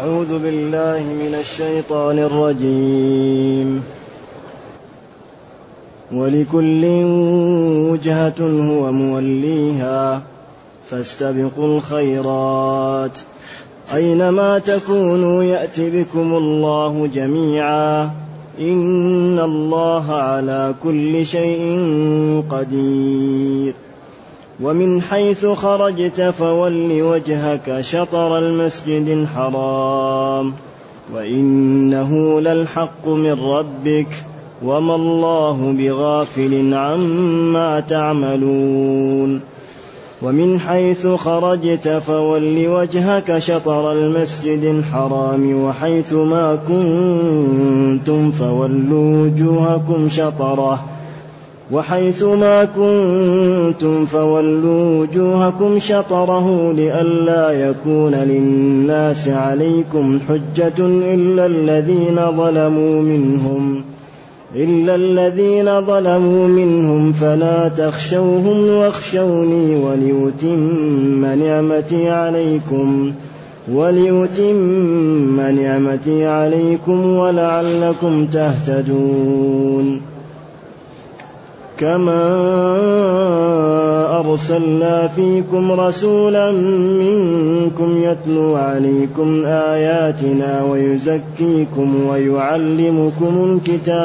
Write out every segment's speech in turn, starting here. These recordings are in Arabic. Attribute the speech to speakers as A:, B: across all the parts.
A: أعوذ بالله من الشيطان الرجيم. ولكل وجهة هو موليها فاستبقوا الخيرات أينما تكونوا يأت بكم الله جميعا إن الله على كل شيء قدير. ومن حيث خرجت فول وجهك شطر المسجد الحرام وإنه للحق من ربك وما الله بغافل عما تعملون. ومن حيث خرجت فول وجهك شطر المسجد الحرام وحيث ما كنتم فولوا وجوهكم شطره لئلا يكون للناس عليكم حجة إلا الذين ظلموا منهم فلا تخشوهم واخشوني وليتم نعمتي عليكم ولعلكم تهتدون. كما أرسلنا فيكم رسولا منكم يتلو عليكم آياتنا ويزكيكم ويعلمكم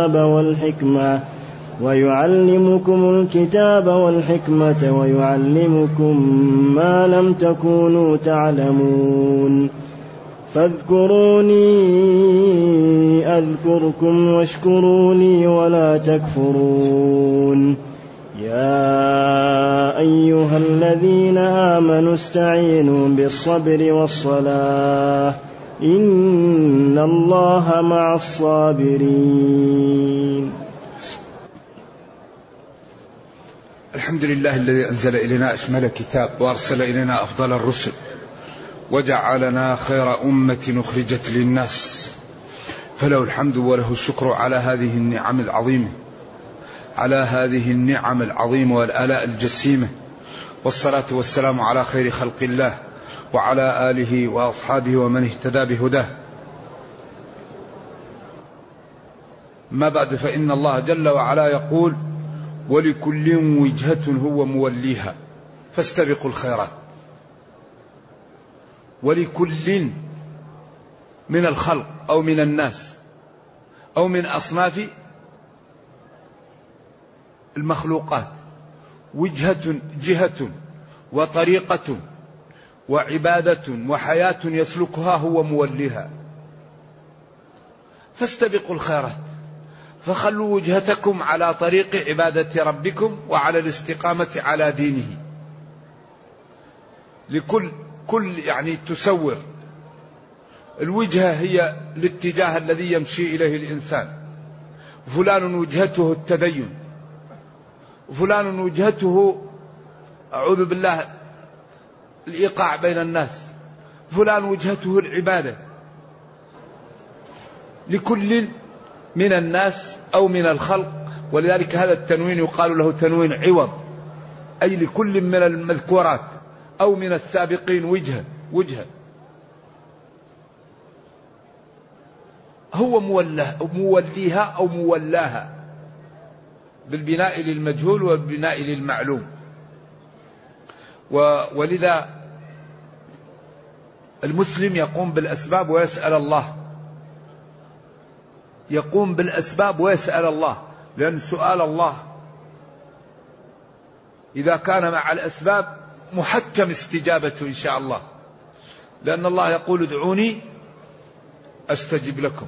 A: الكتاب والحكمة ويعلمكم ما لم تكونوا تعلمون. فاذكروني أذكركم واشكروا لي ولا تكفرون. يا أيها الذين آمنوا استعينوا بالصبر والصلاة إن الله مع الصابرين.
B: الحمد لله الذي أنزل إلينا أشمل كتاب وأرسل إلينا أفضل الرسل وجعلنا خير أمة أخرجت للناس، فله الحمد وله الشكر على هذه النعم العظيمة والآلاء الجسيمة، والصلاة والسلام على خير خلق الله وعلى آله وأصحابه ومن اهتدى بهداه. ما بعد، فإن الله جل وعلا يقول: ولكل وجهة هو موليها فاستبقوا الخيرات. ولكل من الخلق أو من الناس أو من أصناف المخلوقات جهة وطريقة وعبادة وحياة يسلكها هو موليها، فاستبقوا الخيرات، فخلوا وجهتكم على طريق عبادة ربكم وعلى الاستقامة على دينه. كل يعني تسور الوجهة هي الاتجاه الذي يمشي إليه الإنسان. فلان وجهته التدين، فلان وجهته أعوذ بالله الإيقاع بين الناس، فلان وجهته العبادة. لكل من الناس أو من الخلق، ولذلك هذا التنوين يقال له تنوين عوض، أي لكل من المذكورات أو من السابقين وجهة هو موليها أو مولاها، بالبناء للمجهول والبناء للمعلوم. ولذا المسلم يقوم بالأسباب ويسأل الله، لأن سؤال الله إذا كان مع الأسباب محتم استجابته إن شاء الله، لأن الله يقول: ادعوني أستجب لكم،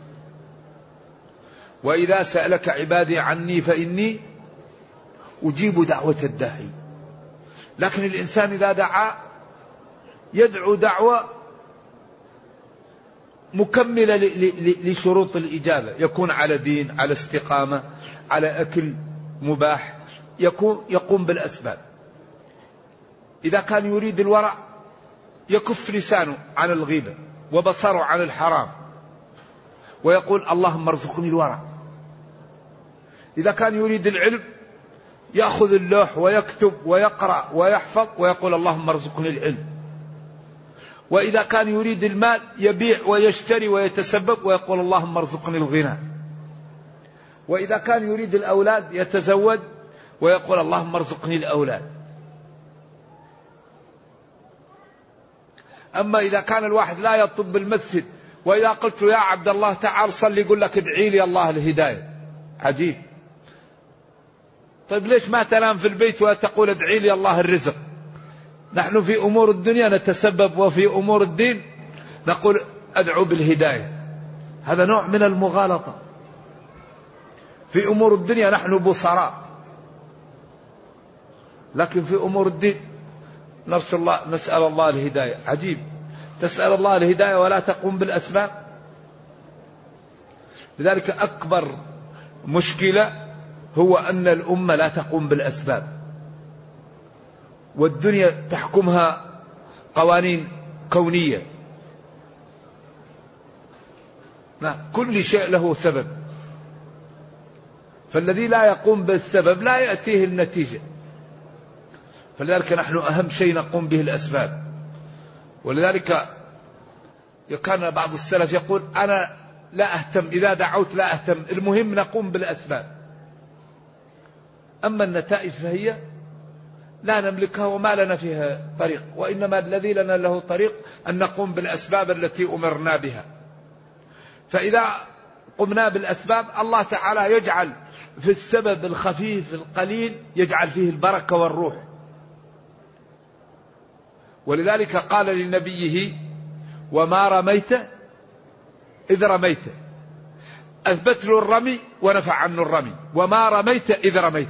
B: وإذا سألك عبادي عني فإني أجيب دعوة الداعي. لكن الإنسان إذا دعا يدعو دعوة مكملة لشروط الإجابة، يكون على دين، على استقامة، على أكل مباح، يقوم بالأسباب. إذا كان يريد الورع يكف لسانه عن الغيبة وبصره عن الحرام ويقول: اللهم ارزقني الورع. إذا كان يريد العلم يأخذ اللوح ويكتب ويقرأ ويحفظ ويقول: اللهم ارزقني العلم. وإذا كان يريد المال يبيع ويشتري ويتسبب ويقول اللهم ارزقني الغنى. وإذا كان يريد الأولاد يتزوج ويقول اللهم ارزقني الأولاد. أما إذا كان الواحد لا يطب بالمسجد وإذا قلت يا عبد الله تعال صلي يقول لك ادعي لي الله الهداية. عجيب. طيب ليش ما تنام في البيت وتقول ادعي لي الله الرزق؟ نحن في أمور الدنيا نتسبب وفي أمور الدين نقول أدعو بالهداية. هذا نوع من المغالطة. في أمور الدنيا نحن بصراء، لكن في أمور الدين نسأل الله الهداية. عجيب. تسأل الله الهداية ولا تقوم بالأسباب. لذلك أكبر مشكلة هو أن الأمة لا تقوم بالأسباب، والدنيا تحكمها قوانين كونية. كل شيء له سبب، فالذي لا يقوم بالسبب لا يأتيه النتيجة. فلذلك نحن أهم شيء نقوم به الأسباب. ولذلك كان بعض السلف يقول أنا لا أهتم إذا دعوت، لا أهتم، المهم نقوم بالأسباب. أما النتائج فهي لا نملكها وما لنا فيها طريق، وإنما الذي لنا له طريق أن نقوم بالأسباب التي أمرنا بها. فإذا قمنا بالأسباب الله تعالى يجعل في السبب الخفيف القليل يجعل فيه البركة والروح. ولذلك قال لنبيه وما رميت إذ رميت، أثبت له الرمي ونفع عنه الرمي. وما رميت إذ رميت.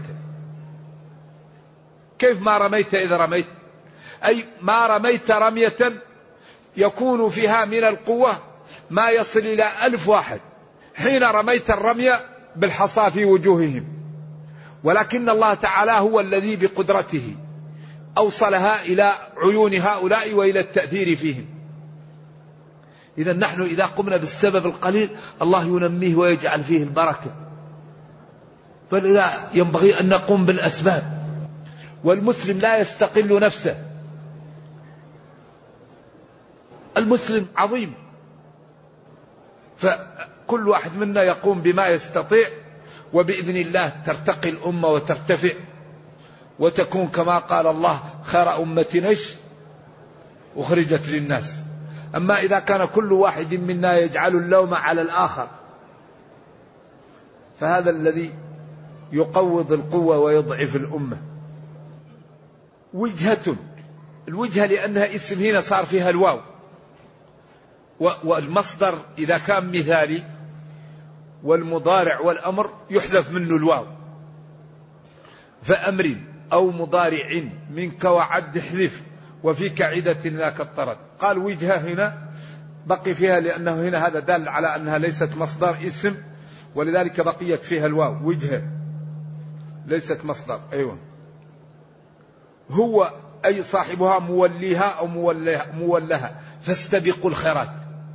B: كيف ما رميت إذ رميت؟ أي ما رميت رمية يكون فيها من القوة ما يصل إلى 1000 واحد حين رميت الرمية بالحصى في وجوههم، ولكن الله تعالى هو الذي بقدرته أوصلها إلى عيون هؤلاء وإلى التأثير فيهم. إذا نحن إذا قمنا بالسبب القليل الله ينميه ويجعل فيه البركة. فلذا ينبغي أن نقوم بالأسباب. والمسلم لا يستقل نفسه. المسلم عظيم، فكل واحد منا يقوم بما يستطيع، وبإذن الله ترتقي الأمة وترتفع وتكون كما قال الله خير أمة أخرجت للناس. أما إذا كان كل واحد منا يجعل اللوم على الآخر فهذا الذي يقوض القوة ويضعف الأمة. وجهة، الوجهة لأنها اسم هنا صار فيها الواو، والمصدر إذا كان مثالي والمضارع والأمر يحذف منه الواو. فأمر أو مضارع منك وعد احذف وفيك عدة ذاك الطرد. قال وجهة هنا بقي فيها لأنه هنا هذا دال على أنها ليست مصدر اسم، ولذلك بقيت فيها الواو. وجهة ليست مصدر. أيوة. هو أي صاحبها موليها أو مولها فاستبقوا الخيرات.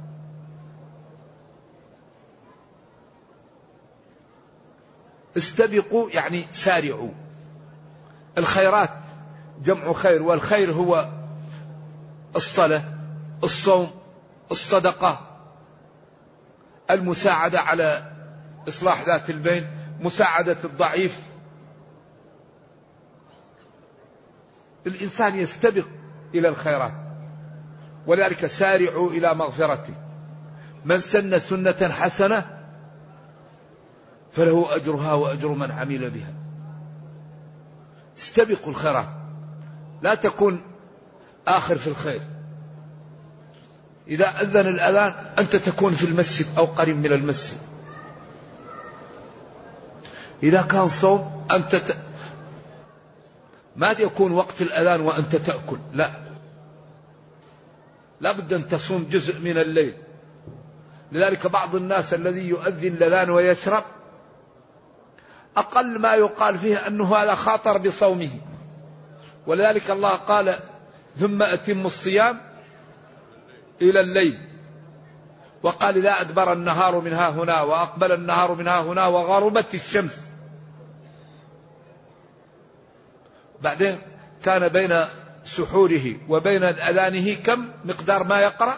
B: استبقوا يعني سارعوا. الخيرات جمع خير، والخير هو الصلاة، الصوم، الصدقة، المساعدة على إصلاح ذات البين، مساعدة الضعيف. الإنسان يستبق إلى الخيرات. ولذلك سارعوا إلى مغفرته. من سن سنة حسنة فله أجرها وأجر من عمل بها. استبقوا الخيرات، لا تكون آخر في الخير. إذا أذن الأذان أنت تكون في المسجد أو قريب من المسجد. إذا كان صوم أنت ما يكون وقت الأذان وأنت تأكل، لا بد أن تصوم جزء من الليل. لذلك بعض الناس الذي يؤذن الأذان ويشرب أقل ما يقال فيه أنه هذا خاطر بصومه. ولذلك الله قال ثم أتم الصيام إلى الليل، وقال إذا أدبر النهار من ها هنا وأقبل النهار من ها هنا وغربت الشمس. بعدين كان بين سحوره وبين أذانه كم مقدار ما يقرأ؟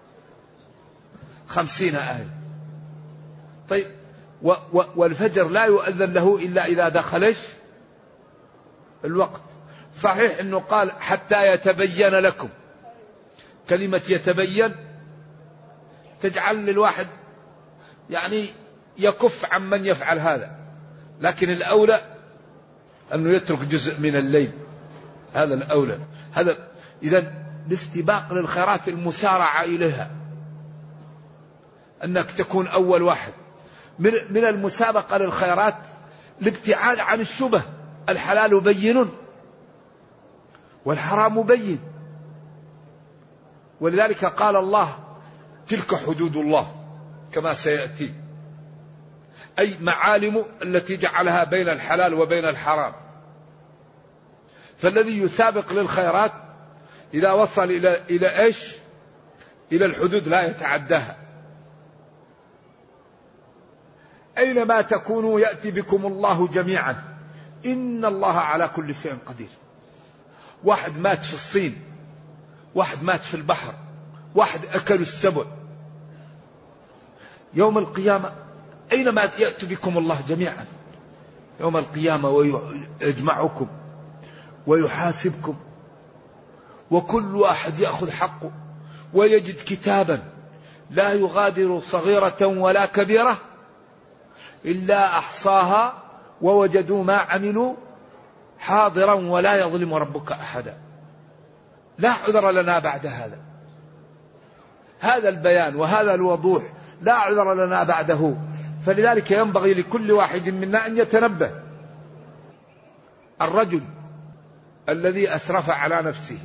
B: 50 آية. طيب والفجر لا يؤذن له إلا إذا دخلش الوقت. صحيح أنه قال حتى يتبين لكم، كلمة يتبين تجعل للواحد يعني يكف عن من يفعل هذا، لكن الأولى أنه يترك جزء من الليل، هذا الأولى. هذا إذن الاستباق للخيرات، المسارعة إليها، أنك تكون أول واحد. من المسابقة للخيرات الابتعاد عن الشبه. الحلال بين والحرام بين، ولذلك قال الله تلك حدود الله كما سيأتي، أي معالم التي جعلها بين الحلال وبين الحرام. فالذي يسابق للخيرات إذا وصل إلى إيش؟ إلى الحدود لا يتعداها. أينما تكونوا يأتي بكم الله جميعا إن الله على كل شيء قدير. واحد مات في الصين، واحد مات في البحر، واحد أكل السبع. يوم القيامة أينما يأتي بكم الله جميعا يوم القيامة ويجمعكم ويحاسبكم، وكل واحد يأخذ حقه ويجد كتابا لا يغادر صغيرة ولا كبيرة إلا أحصاها ووجدوا ما عملوا حاضرا ولا يظلم ربك أحدا. لا عذر لنا بعد هذا. هذا البيان وهذا الوضوح لا عذر لنا بعده. فلذلك ينبغي لكل واحد منا أن يتنبه. الرجل الذي أسرف على نفسه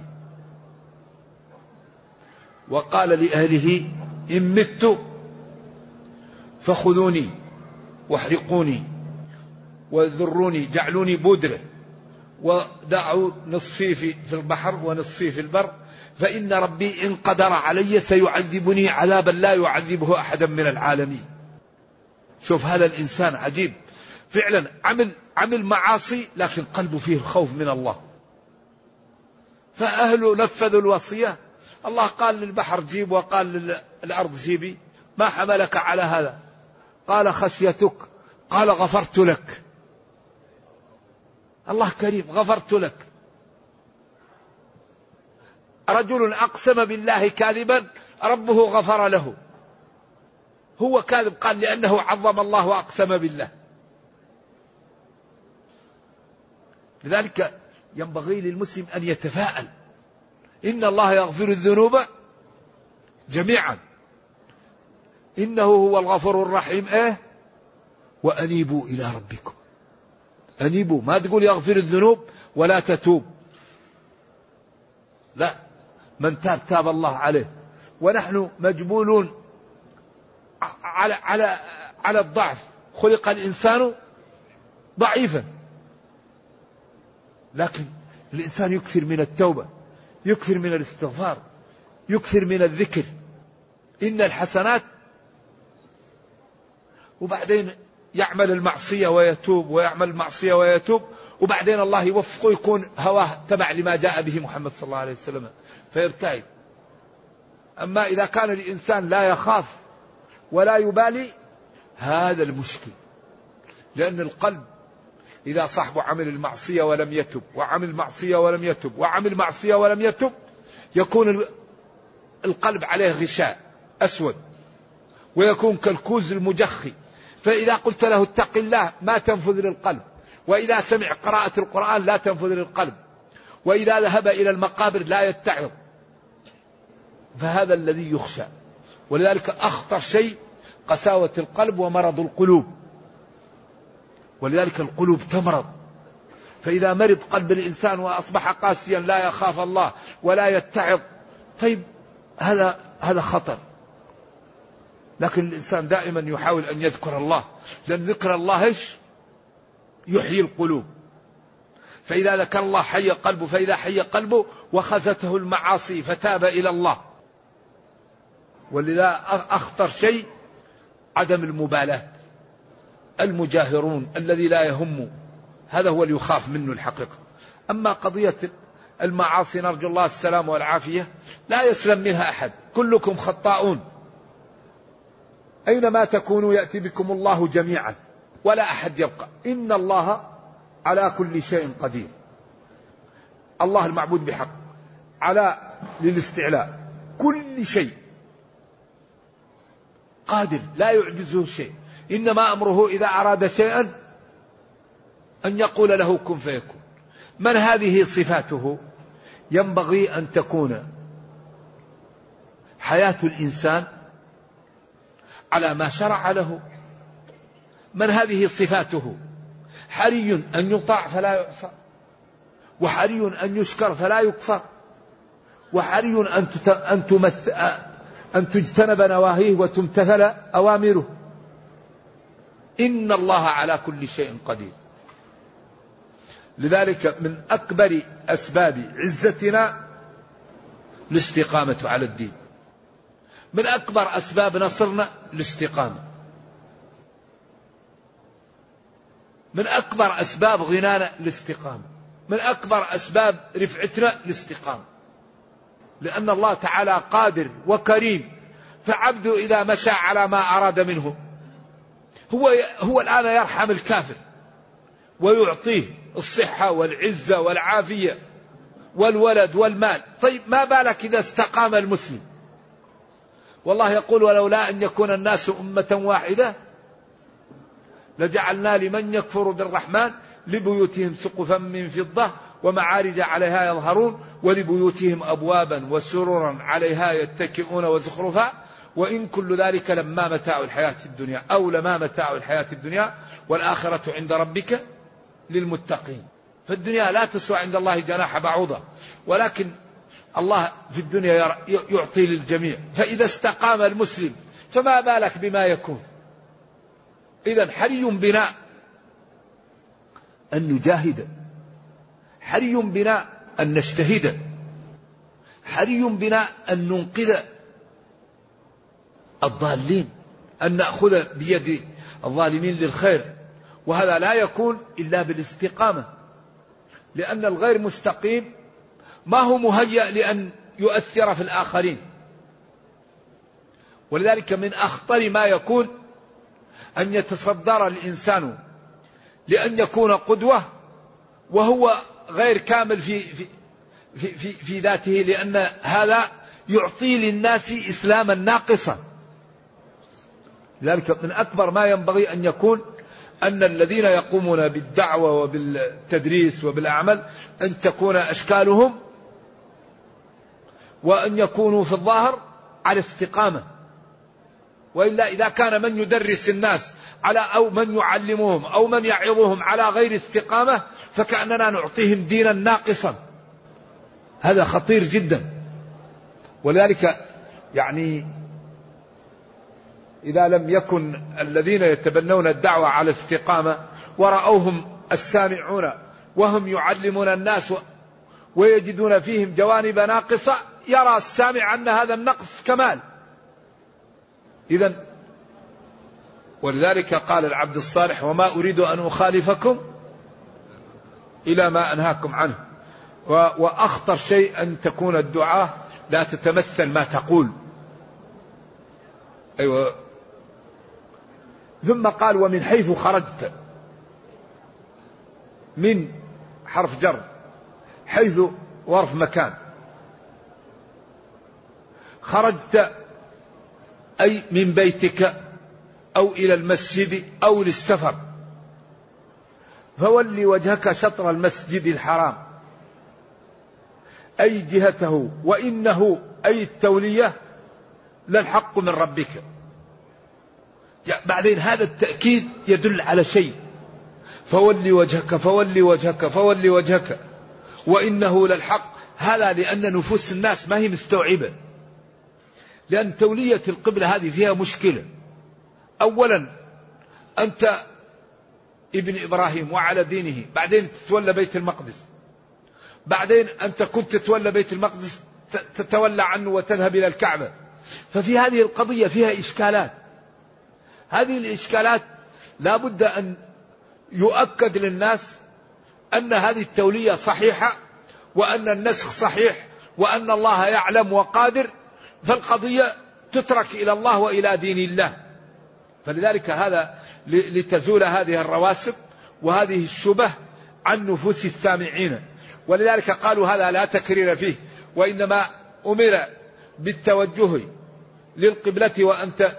B: وقال لأهله إن مت فخذوني واحرقوني وذروني، جعلوني بودرة ودعوا نصفي في البحر ونصفي في البر، فإن ربي إن قدر علي سيعذبني عذابا لا يعذبه أحدا من العالمين. شوف هذا الإنسان عجيب فعلا، عمل معاصي لكن قلبه فيه الخوف من الله. فأهله نفذوا الوصية. الله قال للبحر جيب وقال للأرض جيبي، ما حملك على هذا؟ قال خشيتك. قال غفرت لك. الله كريم، غفرت لك. رجل أقسم بالله كاذبا ربه غفر له. هو كاذب، قال لأنه عظم الله وأقسم بالله. لذلك ينبغي للمسلم أن يتفاءل، إن الله يغفر الذنوب جميعا إنه هو الغفور الرحيم. وأنيبوا إلى ربكم. أنيبوا، ما تقول يغفر الذنوب ولا تتوب، لا، من تاب تاب الله عليه. ونحن مجبولون على الضعف، خلق الإنسان ضعيفا، لكن الإنسان يكثر من التوبة، يكثر من الاستغفار، يكثر من الذكر، إن الحسنات، وبعدين يعمل المعصية ويتوب ويعمل المعصية ويتوب، وبعدين الله يوفقه يكون هواه تبع لما جاء به محمد صلى الله عليه وسلم فيرتعد. أما إذا كان الإنسان لا يخاف ولا يبالي هذا المشكل، لأن القلب إذا صاحبه عمل المعصية ولم يتب وعمل المعصية ولم يتب وعمل المعصية ولم يتب يكون القلب عليه غشاء أسود ويكون كالكوز المجخي. فإذا قلت له اتق الله ما تنفذ للقلب، وإذا سمع قراءة القرآن لا تنفذ للقلب، وإذا ذهب إلى المقابر لا يتعظ. فهذا الذي يخشى. ولذلك أخطر شيء قساوة القلب ومرض القلوب. ولذلك القلوب تمرض. فإذا مرض قلب الإنسان وأصبح قاسيا لا يخاف الله ولا يتعظ، طيب هذا خطر. لكن الإنسان دائما يحاول أن يذكر الله، لأن ذكر الله يحيي القلوب. فإذا ذكر الله حي قلبه، فإذا حي قلبه وخزته المعاصي فتاب إلى الله. ولذا أخطر شيء عدم المبالاة. المجاهرون الذي لا يهم، هذا هو اللي يخاف منه الحقيقة. أما قضية المعاصي نرجو الله السلام والعافية لا يسلم منها أحد، كلكم خطاؤون، أينما تكونوا يأتي بكم الله جميعا ولا أحد يبقى. إن الله على كل شيء قدير. الله المعبود بحق، على للاستعلاء، كل شيء قادر لا يعجزه شيء، إنما أمره إذا أراد شيئا أن يقول له كن فيكون. من هذه صفاته ينبغي أن تكون حياة الإنسان على ما شرع له. من هذه صفاته حري أن يطاع فلا يعصى، وحري أن يشكر فلا يكفر، وحري أن تجتنب نواهيه وتمتثل أوامره. إن الله على كل شيء قدير. لذلك من أكبر أسباب عزتنا الاستقامة على الدين، من أكبر أسباب نصرنا الاستقامة، من أكبر أسباب غنانا الاستقامة، من أكبر أسباب رفعتنا الاستقامة. لأن الله تعالى قادر وكريم، فعبده إذا مشى على ما أراد منه هو الآن يرحم الكافر ويعطيه الصحة والعزة والعافية والولد والمال. طيب ما بالك إذا استقام المسلم؟ والله يقول ولولا أن يكون الناس أمة واحدة لجعلنا لمن يكفر بالرحمن لبيوتهم سقفا من فضة ومعارج عليها يظهرون ولبيوتهم أبوابا وسررا عليها يتكئون وزخرفا وإن كل ذلك لما متاع الحياة الدنيا أو لما متاع الحياة الدنيا والآخرة عند ربك للمتقين. فالدنيا لا تسوى عند الله جناح بعوضة، ولكن الله في الدنيا يعطي للجميع. فإذا استقام المسلم فما بالك بما يكون. إذن حري بنا أن نجاهد، حري بنا أن نجتهد، حري بنا أن ننقذ الضالين، أن نأخذ بيد الظالمين للخير. وهذا لا يكون إلا بالاستقامة، لأن الغير مستقيم ما هو مهيأ لأن يؤثر في الآخرين. ولذلك من أخطر ما يكون أن يتصدر الإنسان لأن يكون قدوة وهو غير كامل في ذاته، لأن هذا يعطي للناس إسلاما ناقصا. لذلك من أكبر ما ينبغي أن يكون أن الذين يقومون بالدعوة وبالتدريس وبالأعمال أن تكون أشكالهم وأن يكونوا في الظاهر على استقامة. وإلا إذا كان من يدرس الناس على أو من يعلمهم أو من يعظهم على غير استقامة فكأننا نعطيهم دينا ناقصا. هذا خطير جدا. ولذلك يعني إذا لم يكن الذين يتبنون الدعوة على استقامة ورأوهم السامعون وهم يعلمون الناس ويجدون فيهم جوانب ناقصة، يرى السامع أن هذا النقص كمال. إذن ولذلك قال العبد الصالح وما أريد أن أخالفكم إلى ما أنهاكم عنه. وأخطر شيء أن تكون الدعاء لا تتمثل ما تقول. أيوة. ثم قال ومن حيث خرجت، من حرف جر، حيث ظرف مكان، خرجت أي من بيتك أو إلى المسجد أو للسفر، فول وجهك شطر المسجد الحرام أي جهته، وإنه أي التولية للحق من ربك. بعدين هذا التأكيد يدل على شيء، فول وجهك فول وجهك فول وجهك وإنه للحق. هذا لأن نفوس الناس ما هي مستوعبة، لأن تولية القبلة هذه فيها مشكلة. أولا أنت ابن إبراهيم وعلى دينه، بعدين تتولى بيت المقدس، بعدين أنت كنت تتولى بيت المقدس تتولى عنه وتذهب إلى الكعبة. ففي هذه القضية فيها إشكالات. هذه الإشكالات لا بد أن يؤكد للناس أن هذه التولية صحيحة، وأن النسخ صحيح وأن الله يعلم وقادر، فالقضية تترك إلى الله وإلى دين الله. فلذلك هذا لتزول هذه الرواسب وهذه الشبه عن نفوس السامعين. ولذلك قالوا هذا لا تكرير فيه، وإنما أمر بالتوجه للقبلة وأنت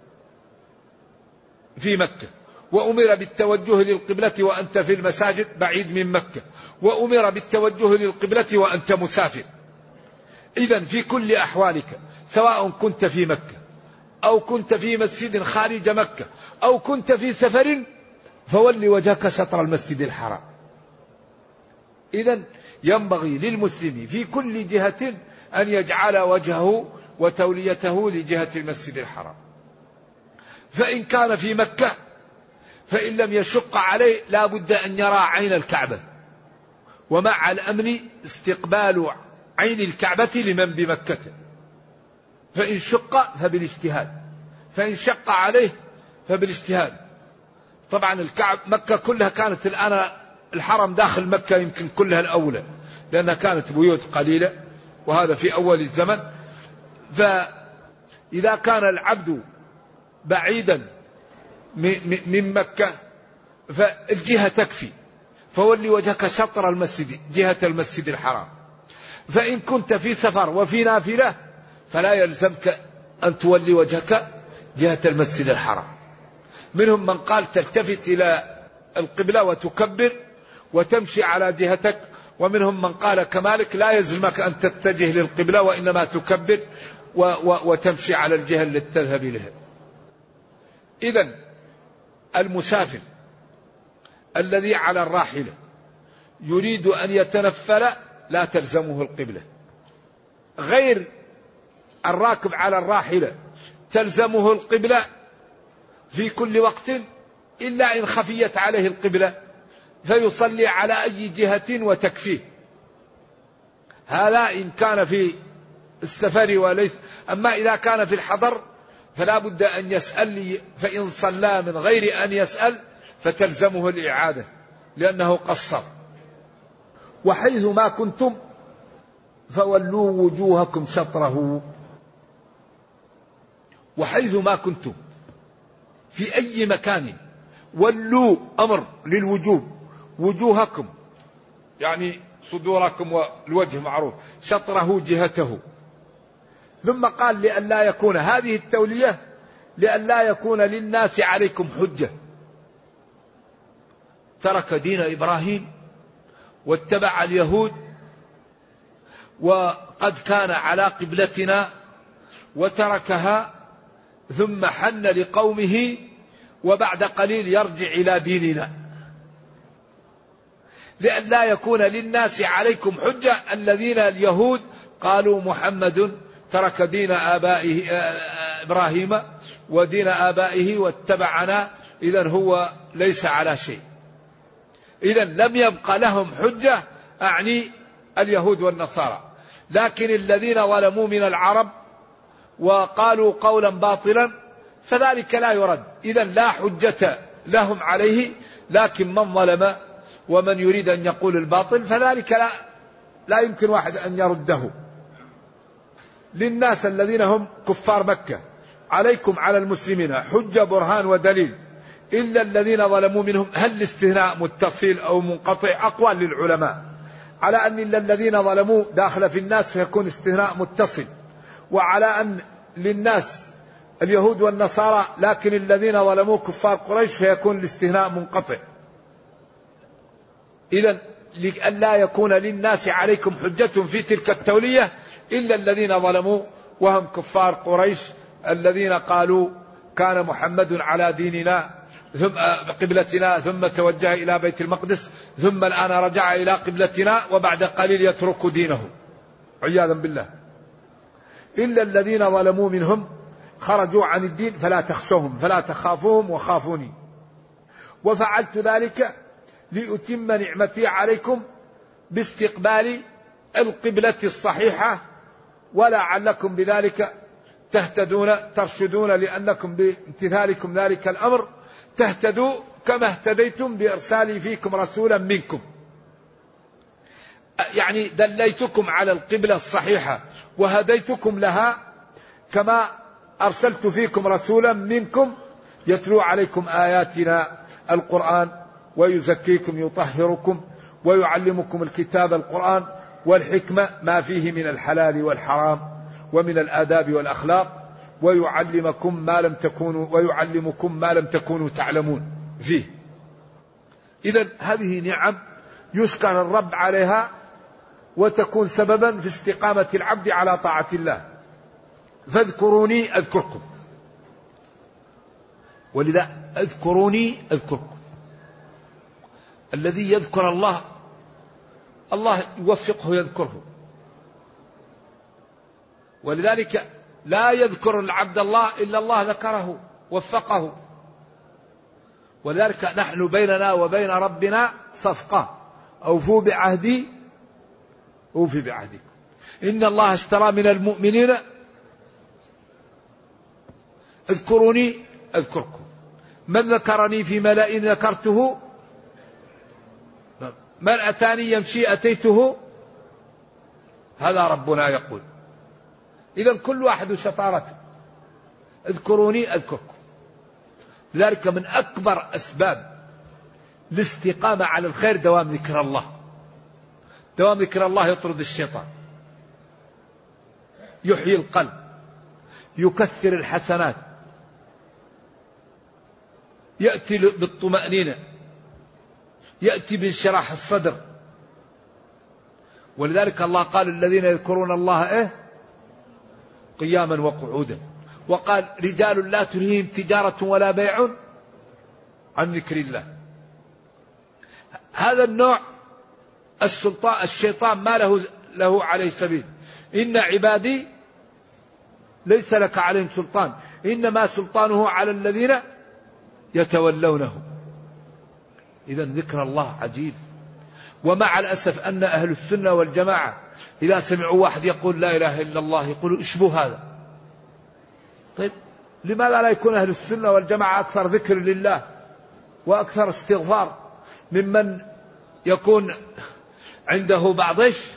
B: في مكة، وأمر بالتوجه للقبلة وأنت في المساجد بعيد من مكة، وأمر بالتوجه للقبلة وأنت مسافر. إذن في كل أحوالك سواء كنت في مكة أو كنت في مسجد خارج مكة أو كنت في سفر فول وجهك شطر المسجد الحرام. إذن ينبغي للمسلم في كل جهة أن يجعل وجهه وتوليته لجهة المسجد الحرام. فإن كان في مكة فإن لم يشق عليه لا بد أن يرى عين الكعبة، ومع الأمن استقبال عين الكعبة لمن بمكة. فإن شق فبالاجتهاد، فإن شق عليه فبالاجتهاد. طبعا مكة كلها كانت الآن الحرم داخل مكة يمكن كلها الأولى، لأنها كانت بيوت قليلة وهذا في أول الزمن. فإذا كان العبد بعيدا من مكة فالجهة تكفي، فولي وجهك شطر المسجد جهة المسجد الحرام. فإن كنت في سفر وفي نافلة فلا يلزمك أن تولي وجهك جهة المسجد الحرام. منهم من قال تلتفت إلى القبلة وتكبر وتمشي على جهتك، ومنهم من قال كمالك لا يلزمك أن تتجه للقبلة وإنما تكبر وتمشي على الجهة التي تذهب إليها. إذن المسافر الذي على الراحلة يريد أن يتنفل لا تلزمه القبلة، غير الراكب على الراحلة تلزمه القبلة في كل وقت إلا إن خفيت عليه القبلة فيصلي على أي جهة وتكفيه. هذا إن كان في السفر وليس. أما إذا كان في الحضر فلا بد أن يسأل، فإن صلى من غير أن يسأل فتلزمه الإعادة لأنه قصر. وحيث ما كنتم فولوا وجوهكم شطره. وحيث ما كنتم في أي مكان ولوا أمر للوجوب، وجوهكم يعني صدوركم والوجه معروف، شطره جهته. ثم قال لئلا يكون هذه التولية لئلا يكون للناس عليكم حجة. ترك دين إبراهيم واتبع اليهود وقد كان على قبلتنا وتركها ثم حن لقومه وبعد قليل يرجع إلى ديننا. لئلا يكون للناس عليكم حجة. الذين اليهود قالوا محمد ترك دين آبائه إبراهيم ودين آبائه واتبعنا، إذن هو ليس على شيء. إذن لم يبقى لهم حجة، أعني اليهود والنصارى. لكن الذين ظلموا من العرب وقالوا قولا باطلا فذلك لا يرد. إذن لا حجة لهم عليه. لكن من ظلم ومن يريد أن يقول الباطل فذلك لا يمكن واحد أن يرده. للناس الذين هم كفار مكة عليكم على المسلمين حجة برهان ودليل إلا الذين ظلموا منهم. هل الاستثناء متصل أو منقطع؟ أقوال للعلماء على أن إلا الذين ظلموا داخل في الناس فيكون استثناء متصل، وعلى أن للناس اليهود والنصارى لكن الذين ظلموا كفار قريش فيكون الاستثناء منقطع. إذن لئلا يكون للناس عليكم حجة في تلك التولية إلا الذين ظلموا وهم كفار قريش الذين قالوا كان محمد على ديننا ثم قبلتنا ظم توجه إلى بيت المقدس ثم الآن رجع إلى قبلتنا وبعد قليل يترك دينه عياذا بالله. إلا الذين ظلموا منهم خرجوا عن الدين فلا تخشوهم فلا تخافوهم وخافوني وفعلت ذلك لأتم نعمتي عليكم باستقبال القبلة الصحيحة ولعلكم بذلك تهتدون ترشدون، لأنكم بامتثالكم ذلك الأمر تهتدوا كما اهتديتم بإرسالي فيكم رسولا منكم. يعني دليتكم على القبلة الصحيحة وهديتكم لها، كما أرسلت فيكم رسولا منكم يتلو عليكم آياتنا القرآن ويزكيكم يطهركم ويعلمكم الكتاب القرآن والحكمة ما فيه من الحلال والحرام ومن الآداب والأخلاق، ويعلمكم ما لم تكونوا تعلمون فيه. إذن هذه نعم يشكر الرب عليها وتكون سببا في استقامة العبد على طاعة الله. فاذكروني أذكركم، ولذا اذكروني أذكركم. الذي يذكر الله الله يوفقه يذكره، ولذلك لا يذكر العبد الله إلا الله ذكره وفقه. ولذلك نحن بيننا وبين ربنا صفقة، أوفوا بعهدي أوفي بعهدكم، إن الله اشترى من المؤمنين اذكروني أذكركم، من ذكرني في ملأ ذكرته، من أتاني يمشي أتيته، هذا ربنا يقول. إذن كل واحد شطارته، اذكروني أذكركم. لذلك من أكبر أسباب الاستقامة على الخير دوام ذكر الله. دوام ذكر الله يطرد الشيطان، يحيي القلب، يكثر الحسنات، يأتي بالطمأنينة، يأتي بانشراح الصدر. ولذلك الله قال الذين يذكرون الله قياما وقعودا، وقال رجال لا تلهيهم تجارة ولا بيع عن ذكر الله. هذا النوع الشيطان ما له عليه سبيل. إن عبادي ليس لك عليهم سلطان، إنما سلطانه على الذين يتولونه. إذا ذكر الله عجيب. ومع الأسف أن أهل السنة والجماعة إذا سمعوا واحد يقول لا إله إلا الله يقولوا اشبه هذا. طيب لماذا لا يكون أهل السنة والجماعة أكثر ذكر لله وأكثر استغفار ممن يكون عنده بعض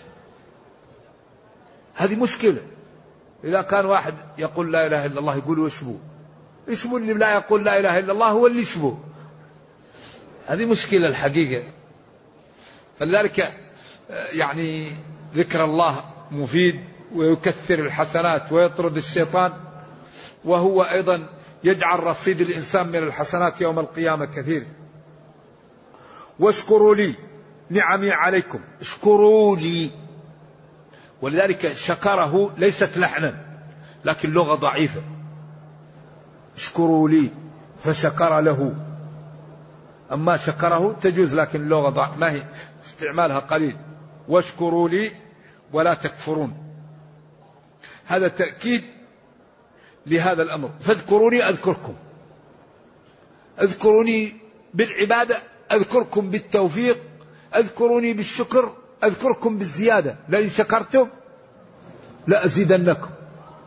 B: هذه مشكلة. إذا كان واحد يقول لا إله إلا الله يقولوا اشبه اللي لا يقول لا إله إلا الله هو اللي يشبه. هذه مشكلة الحقيقة. فلذلك يعني ذكر الله مفيد ويكثر الحسنات ويطرد الشيطان، وهو أيضا يجعل رصيد الإنسان من الحسنات يوم القيامة كثير. واشكروا لي نعمي عليكم، اشكروا لي. ولذلك شكره ليست لحنا لكن لغة ضعيفة. اشكروا لي فشكر له، أما شكره تجوز لكن اللغة ضعيفة ما هي استعمالها قليل. واشكروا لي ولا تكفرون، هذا تأكيد لهذا الأمر. فاذكروني أذكركم، اذكروني بالعبادة أذكركم بالتوفيق، اذكروني بالشكر أذكركم بالزيادة، لئن شكرتم لأزيدنكم.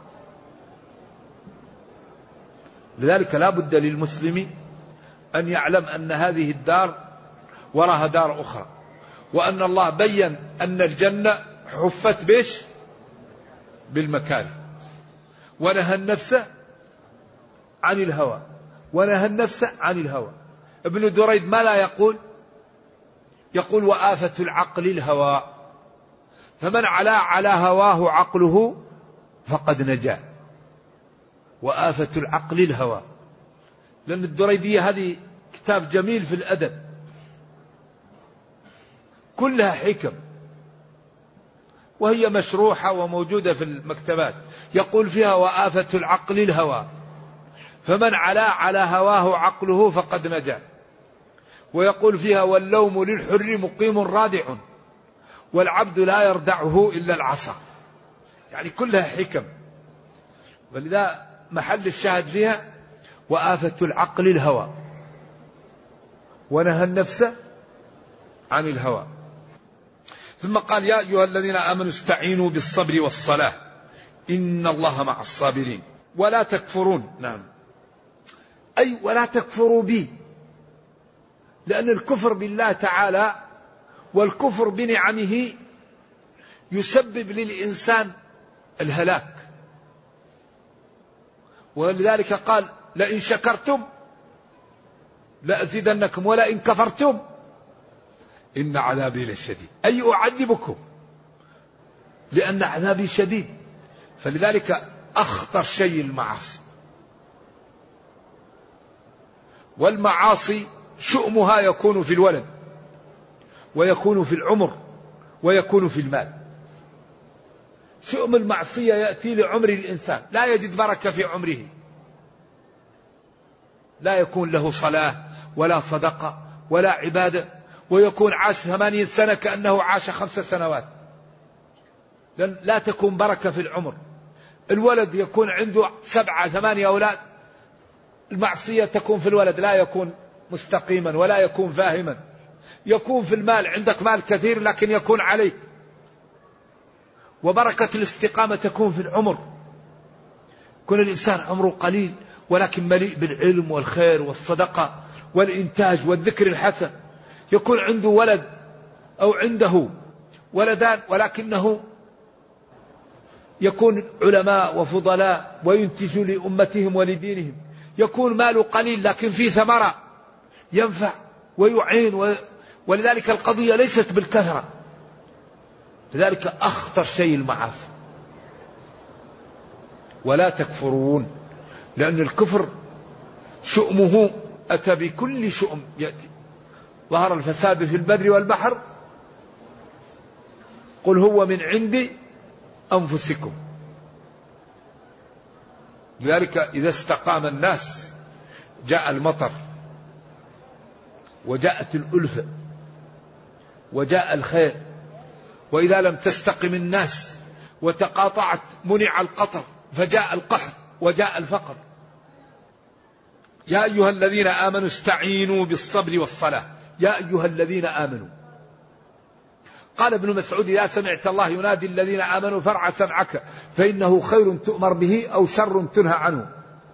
B: لذلك لا بد للمسلم أن يعلم أن هذه الدار وراها دار أخرى، وأن الله بين أن الجنة حفت بالمكاره، ونهى النفس عن الهوى، ونهى النفس عن الهوى. ابن دريد ما لا يقول وآفة العقل الهوى، فمن على هواه عقله فقد نجا. وآفة العقل الهوى، لأن الدريدية هذه كتاب جميل في الأدب كلها حكم، وهي مشروحة وموجودة في المكتبات. يقول فيها وآفة العقل الهوى، فمن على هواه عقله فقد نجا. ويقول فيها واللوم للحر مقيم رادع، والعبد لا يردعه إلا العصا. يعني كلها حكم، ولذا محل الشاهد فيها وآفة العقل الهوى، ونهى النفس عن الهوى. ثم قال يا أيها الذين آمنوا استعينوا بالصبر والصلاة إن الله مع الصابرين ولا تكفرون. نعم، أي ولا تكفروا بي، لأن الكفر بالله تعالى والكفر بنعمه يسبب للإنسان الهلاك. ولذلك قال لئن شكرتم لأزيدنكم ولئن كفرتم إن عذابي لشديد، أي أعذبكم لأن عذابي شديد. فلذلك أخطر شيء المعاصي، والمعاصي شؤمها يكون في الولد ويكون في العمر ويكون في المال. شؤم المعصية يأتي لعمر الإنسان، لا يجد بركة في عمره، لا يكون له صلاة ولا صدقة ولا عبادة، ويكون عاش 80 سنة كأنه عاش 5 سنوات، لا تكون بركة في العمر. الولد يكون عنده 7 8 أولاد، المعصية تكون في الولد، لا يكون مستقيما ولا يكون فاهما. يكون في المال، عندك مال كثير لكن يكون عليك. وبركة الاستقامة تكون في العمر، يكون الإنسان عمره قليل ولكن مليء بالعلم والخير والصدقة والإنتاج والذكر الحسن. يكون عنده ولد أو عنده ولدان ولكنه يكون علماء وفضلاء وينتج لأمتهم ولدينهم. يكون ماله قليل لكن فيه ثمرة ينفع ويعين، ولذلك القضية ليست بالكثرة. لذلك أخطر شيء المعاصي. ولا تكفرون، لأن الكفر شؤمه أتى بكل شؤم يأتي. ظهر الفساد في البر والبحر قل هو من عند أنفسكم. لذلك إذا استقام الناس جاء المطر وجاءت الألفة وجاء الخير. وإذا لم تستقم الناس وتقاطعت منع القطر فجاء القحط وجاء الفقر. يا أيها الذين آمنوا استعينوا بالصبر والصلاة. يا أيها الذين آمنوا. قال ابن مسعود إذا سمعت الله ينادي الذين آمنوا فارع سمعك فإنه خير تؤمر به أو شر تنهى عنه.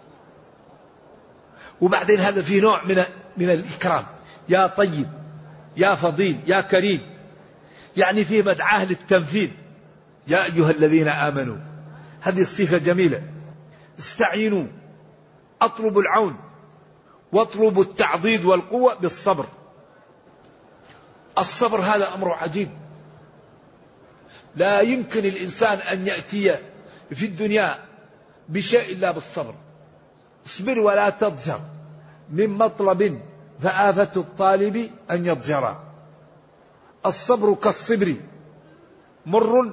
B: وبعدين هذا فيه نوع من الإكرام، يا طيب يا فضيل يا كريم، يعني فيه مدعاه للتنفيذ. يا أيها الذين آمنوا، هذه الصفة جميلة. استعينوا، أطلبوا العون واطلبوا التعضيد والقوة بالصبر. الصبر هذا أمر عجيب، لا يمكن الإنسان أن يأتي في الدنيا بشيء إلا بالصبر. اصبر ولا تضجر من مطلب فآفة الطالب أن يضجر. الصبر كالصبر مر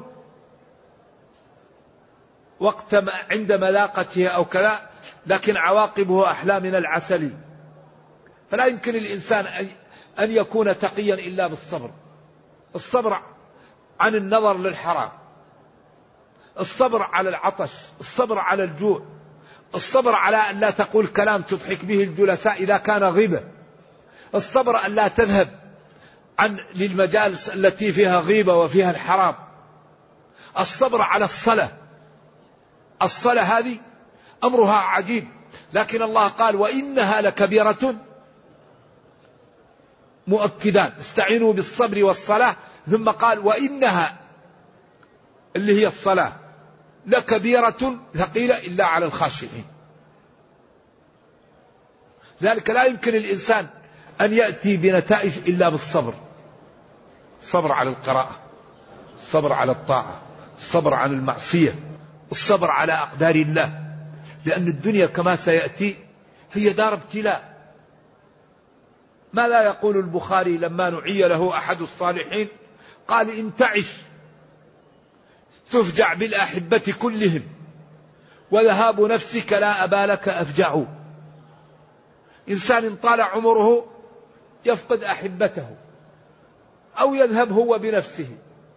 B: وقت عند ملاقته أو كذا، لكن عواقبه أحلى من العسل. فلا يمكن الإنسان أن يكون تقيا إلا بالصبر. الصبر عن النظر للحرام، الصبر على العطش، الصبر على الجوع، الصبر على أن لا تقول كلام تضحك به الجلساء إذا كان غيبة، الصبر أن لا تذهب للمجالس التي فيها غيبة وفيها الحرام، الصبر على الصلاة. الصلاة هذه أمرها عجيب، لكن الله قال وإنها لكبيرة مؤكدان. استعينوا بالصبر والصلاة، ثم قال وإنها اللي هي الصلاة لكبيرة ثقيلة إلا على الخاشعين. ذلك لا يمكن الإنسان أن يأتي بنتائج إلا بالصبر. الصبر على القراءة، الصبر على الطاعة، الصبر عن المعصية، الصبر على أقدار الله. لأن الدنيا كما سيأتي هي دار ابتلاء. ما لا يقول البخاري لما نعي له أحد الصالحين قال إن تعش تفجع بالأحبة كلهم وذهاب نفسك لا أبالك أفجع. إنسان طال عمره يفقد أحبته أو يذهب هو بنفسه.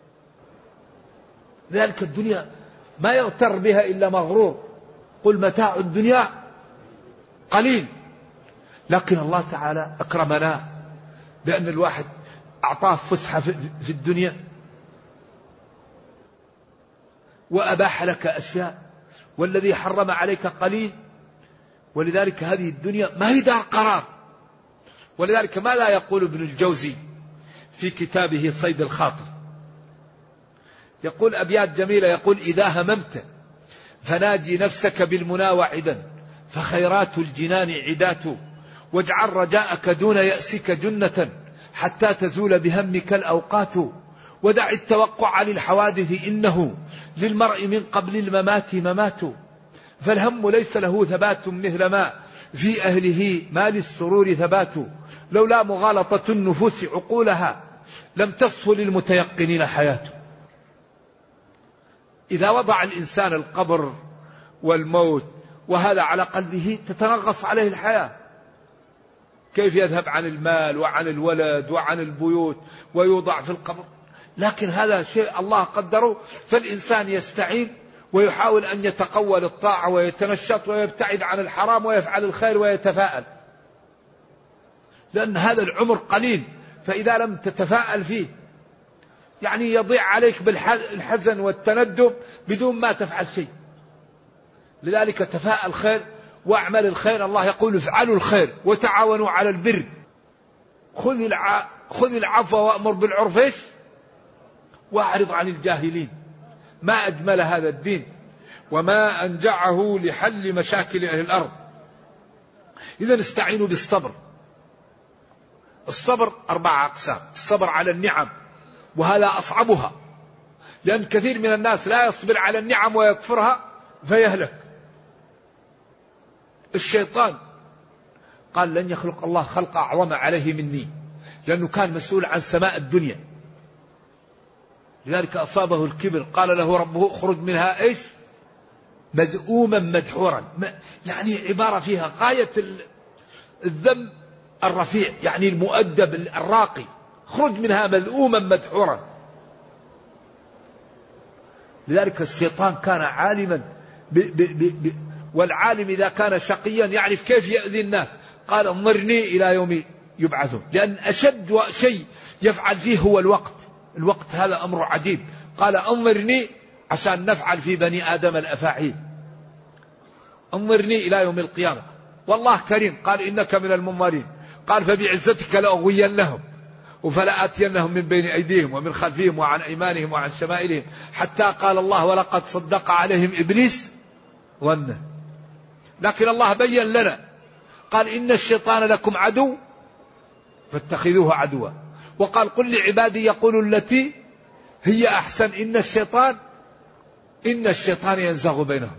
B: ذلك الدنيا ما يغتر بها إلا مغرور. قل متاع الدنيا قليل. لكن الله تعالى أكرمنا بأن الواحد أعطاه فسحة في الدنيا وأباح لك أشياء، والذي حرم عليك قليل. ولذلك هذه الدنيا ما هي دار قرار. ولذلك ما لا يقول ابن الجوزي في كتابه صيد الخاطر
C: يقول أبيات جميلة، يقول: إذا هممت فناجي نفسك بالمنى وعدا، فخيرات الجنان عدات، واجعل رجاءك دون يأسك جنة، حتى تزول بهمك الأوقات، ودع التوقع للحوادث إنه للمرء من قبل الممات ممات، فالهم ليس له ثبات مثل ما في أهله ما للسرور ثبات، لولا مغالطة النفوس عقولها لم تصف للمتيقنين حياته. إذا وضع الإنسان القبر والموت وهذا على قلبه تتنغص عليه الحياة. كيف يذهب عن المال وعن الولد وعن البيوت ويوضع في القبر؟ لكن هذا شيء الله قدره، فالإنسان يستعين ويحاول أن يتقوى للطاعة ويتنشط ويبتعد عن الحرام ويفعل الخير ويتفاءل، لأن هذا العمر قليل، فإذا لم تتفاءل فيه يعني يضيع عليك بالحزن والتندب بدون ما تفعل شيء. لذلك تفاءل الخير واعمل الخير. الله يقول: افعلوا الخير وتعاونوا على البر، خذ العفو وأمر بالعرف واعرض عن الجاهلين. ما أجمل هذا الدين وما أنجعه لحل مشاكل أهل الأرض. إذا استعينوا بالصبر. الصبر 4 أقسام: الصبر على النعم وهذا أصعبها، لأن كثير من الناس لا يصبر على النعم ويكفرها فيهلك. الشيطان قال: لن يخلق الله خلق أعظم عليه مني، لأنه كان مسؤول عن سماء الدنيا، لذلك أصابه الكبر. قال له ربه: اخرج منها إيش؟ مذءوما مدحورا. يعني عبارة فيها غاية الذم الرفيع، يعني المؤدب الراقي. اخرج منها مذءوما مدحورا. لذلك الشيطان كان عالما والعالم إذا كان شقيا يعرف كيف يأذي الناس. قال: انظرني إلى يوم يبعثون، لأن أشد شيء يفعل فيه هو الوقت هذا أمر عجيب. قال: انظرني عشان نفعل في بني آدم الأفاعيل، انظرني إلى يوم القيامة. والله كريم. قال: إنك من المنظرين. قال: فبعزتك لأغوينهم وفلآتينهم من بين أيديهم ومن خلفهم وعن أيمانهم وعن شمائلهم، حتى قال الله: ولقد صدق عليهم إبليس ظنه. لكن الله بين لنا، قال: إن الشيطان لكم عدو فاتخذوه عدوا، وقال: قل لعبادي يقولوا التي هي أحسن إن الشيطان ينزغ بينهم.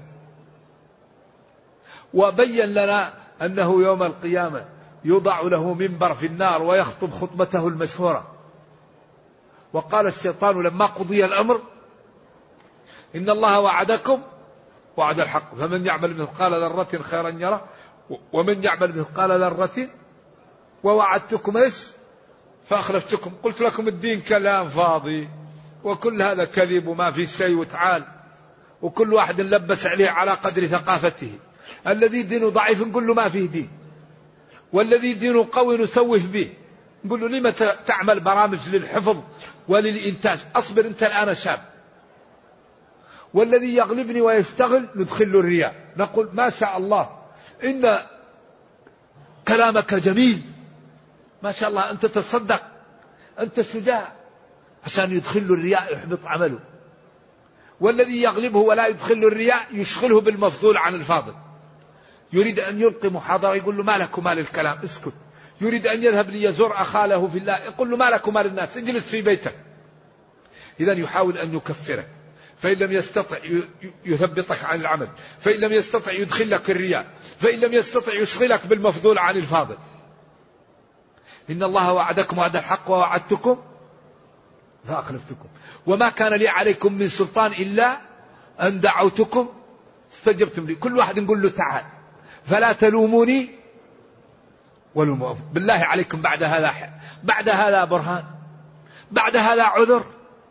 C: وبين لنا أنه يوم القيامة يوضع له منبر في النار ويخطب خطبته المشهورة. وقال الشيطان لما قضي الأمر: إن الله وعدكم وعد الحق، فمن يعمل مثقال ذرة خيرا يره ومن يعمل مثقال ذرة ووعدتكم إيش فأخلفتكم. قلت لكم الدين كلام فاضي وكل هذا كذب وما في شيء، وتعال وكل واحد لبس عليه على قدر ثقافته. الذي دينه ضعيف نقول له ما فيه دين، والذي دينه قوي نسوف به، نقول له لما تعمل برامج للحفظ وللإنتاج؟ أصبر أنت الآن شاب. والذي يغلبني ويشتغل ندخل له الرياء، نقول ما شاء الله إن كلامك جميل، ما شاء الله أنت تصدق، أنت شجاع، عشان يدخل له الرياء يحبط عمله. والذي يغلبه ولا يدخل له الرياء يشغله بالمفضول عن الفاضل. يريد أن يلقي محاضرة يقول له ما لك وما للكلام اسكت. يريد أن يذهب ليزور أخاله في الله يقول له ما لك وما للناس اجلس في بيتك. إذا يحاول أن يكفرك، فإن لم يستطع يثبطك عن العمل، فإن لم يستطع يدخلك الرياء، فإن لم يستطع يشغلك بالمفضول عن الفاضل. إن الله وعدكم وعد الحق ووعدتكم فأخلفتكم وما كان لي عليكم من سلطان إلا أن دعوتكم استجبتم لي. كل واحد نقول له تعال، فلا تلوموني ولوموا بالله عليكم. بعد هذا برهان، بعد هذا عذر.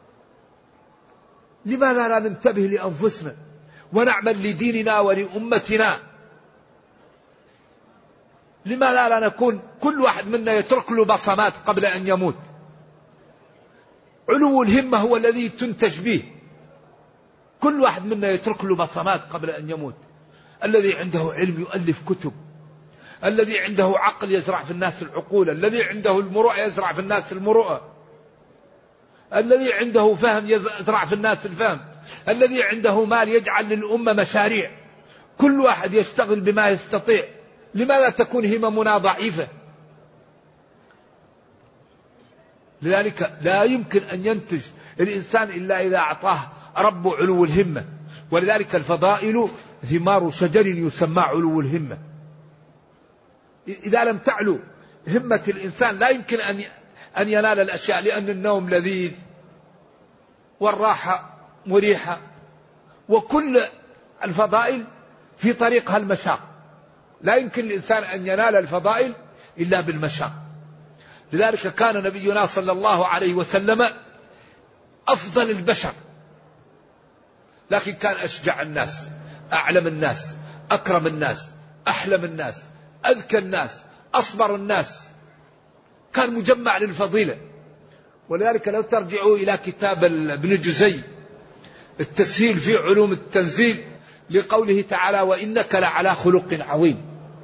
C: لماذا لا ننتبه لأنفسنا ونعمل لديننا ولأمتنا؟ لماذا لا نكون كل واحد منا يترك له بصمات قبل أن يموت؟ علو الهمة هو الذي تنتج به. كل واحد منا يترك له بصمات قبل أن يموت. الذي عنده علم يؤلف كتب، الذي عنده عقل يزرع في الناس العقول، الذي عنده المروءة يزرع في الناس المروءة. الذي عنده فهم يزرع في الناس الفهم، الذي عنده مال يجعل للأمة مشاريع، كل واحد يشتغل بما يستطيع. لماذا تكون هممنا ضعيفة؟ لذلك لا يمكن أن ينتج الإنسان إلا إذا أعطاه رب علو الهمة. ولذلك الفضائل ثمار شجر يسمى علو الهمة. إذا لم تعلو همة الإنسان لا يمكن أن ينال الأشياء، لأن النوم لذيذ والراحة مريحة، وكل الفضائل في طريقها المشاق. لا يمكن الإنسان أن ينال الفضائل إلا بالمشاق. لذلك كان نبينا صلى الله عليه وسلم أفضل البشر، لكن كان أشجع الناس، أعلم الناس، أكرم الناس، أحلم الناس، أذكى الناس، أصبر الناس، كان مجمع للفضيلة. ولذلك لو ترجعوا إلى كتاب ابن جزي التسهيل في علوم التنزيل لقوله تعالى وإنك لعلى خلق عظيم،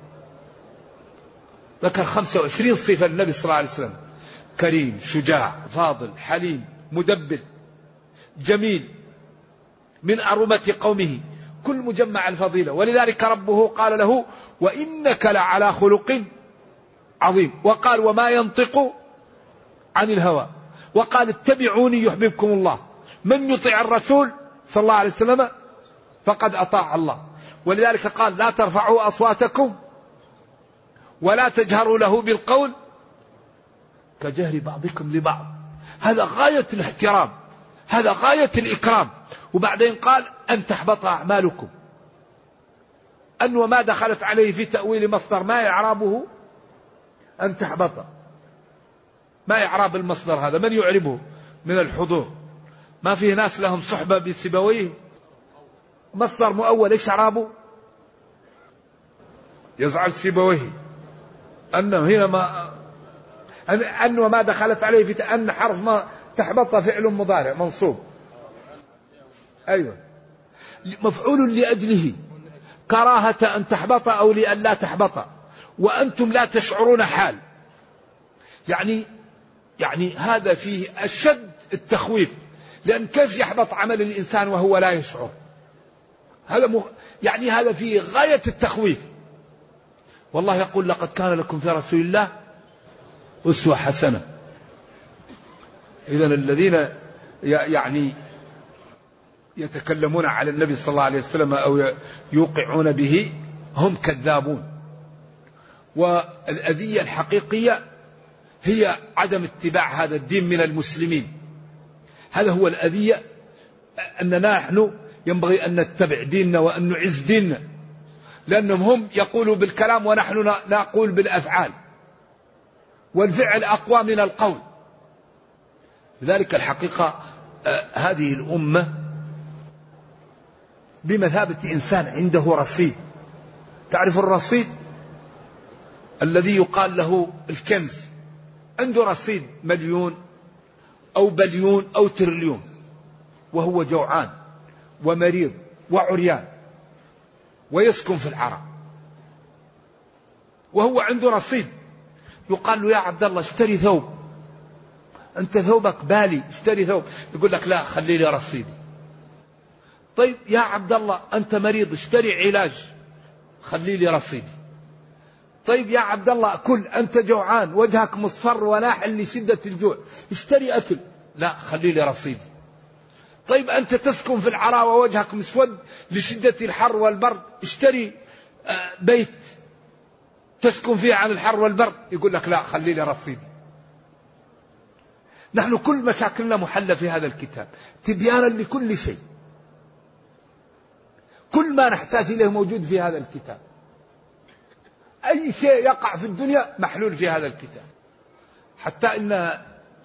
C: ذكر 25 صفة للنبي صلى الله عليه وسلم: كريم، شجاع، فاضل، حليم، مدبر، جميل، من أرمة قومه، كل مجمع الفضيلة. ولذلك ربه قال له وإنك لعلى خلق عظيم، وقال وما ينطق عن الهوى، وقال اتبعوني يحببكم الله. من يطيع الرسول صلى الله عليه وسلم فقد أطاع الله. ولذلك قال لا ترفعوا أصواتكم ولا تجهروا له بالقول كجهر بعضكم لبعض. هذا غاية الاحترام، هذا غاية الإكرام. وبعدين قال أن تحبط أعمالكم. أن وما دخلت عليه في تأويل مصدر ما إعرابه أن تحبط. ما إعراب المصدر هذا؟ من يعربه من الحضور؟ ما فيه ناس لهم صحبة بسيبويه. مصدر مؤول إيش إعرابه؟ يزعل سيبويه أنه هنا ما أن وما دخلت عليه في أن حرف ما تحبط فعل مضارع منصوب. أيوة، مفعول لأجله، كراهة أن تحبط أو لأن لا تحبط، وأنتم لا تشعرون حال. يعني هذا فيه أشد التخويف، لأن كيف يحبط عمل الإنسان وهو لا يشعر؟ هذا فيه غاية التخويف. والله يقول لقد كان لكم في رسول الله أسوة حسنة. إذن الذين يتكلمون على النبي صلى الله عليه وسلم أو يوقعون به هم كذابون. والأذية الحقيقية هي عدم اتباع هذا الدين من المسلمين. هذا هو الأذية، أننا نحن ينبغي أن نتبع ديننا وأن نعز ديننا، لأنهم هم يقولوا بالكلام ونحن نقول بالأفعال، والفعل أقوى من القول. لذلك الحقيقة هذه الأمة بمثابة إنسان عنده رصيد. تعرف الرصيد الذي يقال له الكنز؟ عنده رصيد 1,000,000 أو بليون أو تريليون، وهو جوعان ومريض وعريان ويسكن في العراء، وهو عنده رصيد. يقال له يا عبد الله اشتري ثوب، أنت ثوبك بالي، اشتري ثوب. يقول لك لا، خلي لي رصيدي. طيب يا عبد الله أنت مريض، اشتري علاج، خلي لي رصيدي. طيب يا عبد الله كل، أنت جوعان وجهك مصفر وناحل لشدة الجوع، اشتري أكل، لا خلي لي رصيدي. طيب أنت تسكن في العراء ووجهك مسود لشدة الحر والبرد، اشتري بيت تسكن فيه عن الحر والبرد. يقول لك لا خلي لي رصيدي. نحن كل مشاكلنا محلة في هذا الكتاب تبيانا لكل شيء. كل ما نحتاج إليه موجود في هذا الكتاب. أي شيء يقع في الدنيا محلول في هذا الكتاب. حتى إن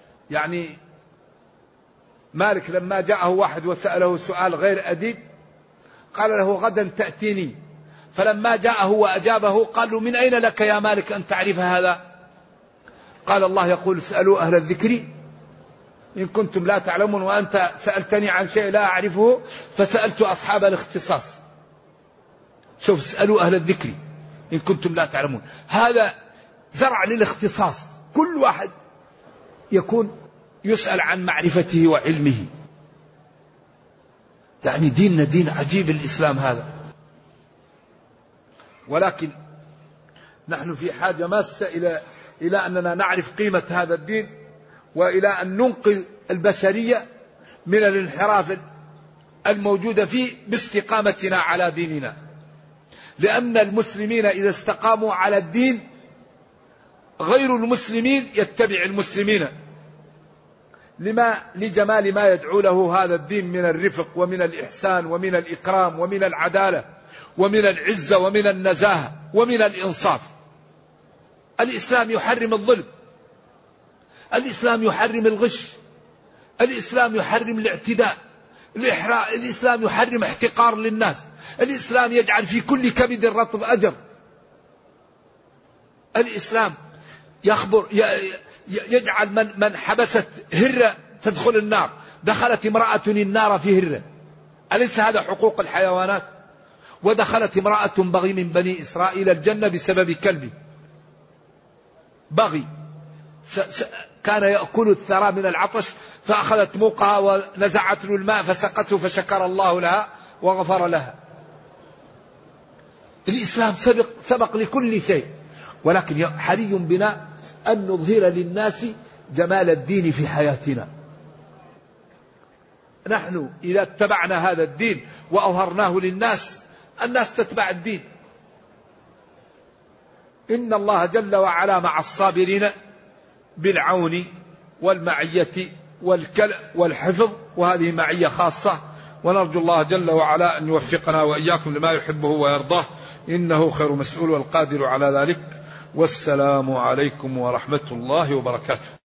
C: مالك لما جاءه واحد وسأله سؤال غير أديب قال له غدا تأتيني، فلما جاءه وأجابه قال له من أين لك يا مالك أن تعرف هذا؟ قال الله يقول اسألوا أهل الذكر إن كنتم لا تعلمون، وأنت سألتني عن شيء لا أعرفه فسألت أصحاب الاختصاص. شوف، اسألوا أهل الذكر إن كنتم لا تعلمون، هذا زرع للاختصاص. كل واحد يكون يسأل عن معرفته وعلمه. يعني ديننا دين عجيب الإسلام هذا. ولكن نحن في حاجة ماسة إلى أننا نعرف قيمة هذا الدين، وإلى أن ننقذ البشرية من الانحراف الموجود فيه باستقامتنا على ديننا. لأن المسلمين إذا استقاموا على الدين غير المسلمين يتبع المسلمين، لجمال ما يدعو له هذا الدين من الرفق ومن الإحسان ومن الإكرام ومن العدالة ومن العزة ومن النزاهة ومن الإنصاف. الإسلام يحرم الظلم، الإسلام يحرم الغش، الإسلام يحرم الاعتداء، الإسلام يحرم احتقار للناس، الإسلام يجعل في كل كبد رطب أجر. الإسلام يجعل من حبست هرة تدخل النار، دخلت امرأة النار في هرة، أليس هذا حقوق الحيوانات؟ ودخلت امرأة بغي من بني إسرائيل الجنة بسبب كلبه، بغي كان يأكل الثرى من العطش فأخذت موقها ونزعت له الماء فسقته فشكر الله لها وغفر لها. الإسلام سبق لكل شيء، ولكن حري بنا أن نظهر للناس جمال الدين في حياتنا. نحن إذا اتبعنا هذا الدين وأظهرناه للناس، الناس تتبع الدين. إن الله جل وعلا مع الصابرين بالعون والمعية والحفظ، وهذه معية خاصة، ونرجو الله جل وعلا أن يوفقنا وإياكم لما يحبه ويرضاه، إنه خير مسؤول والقادر على ذلك. والسلام عليكم ورحمة الله وبركاته.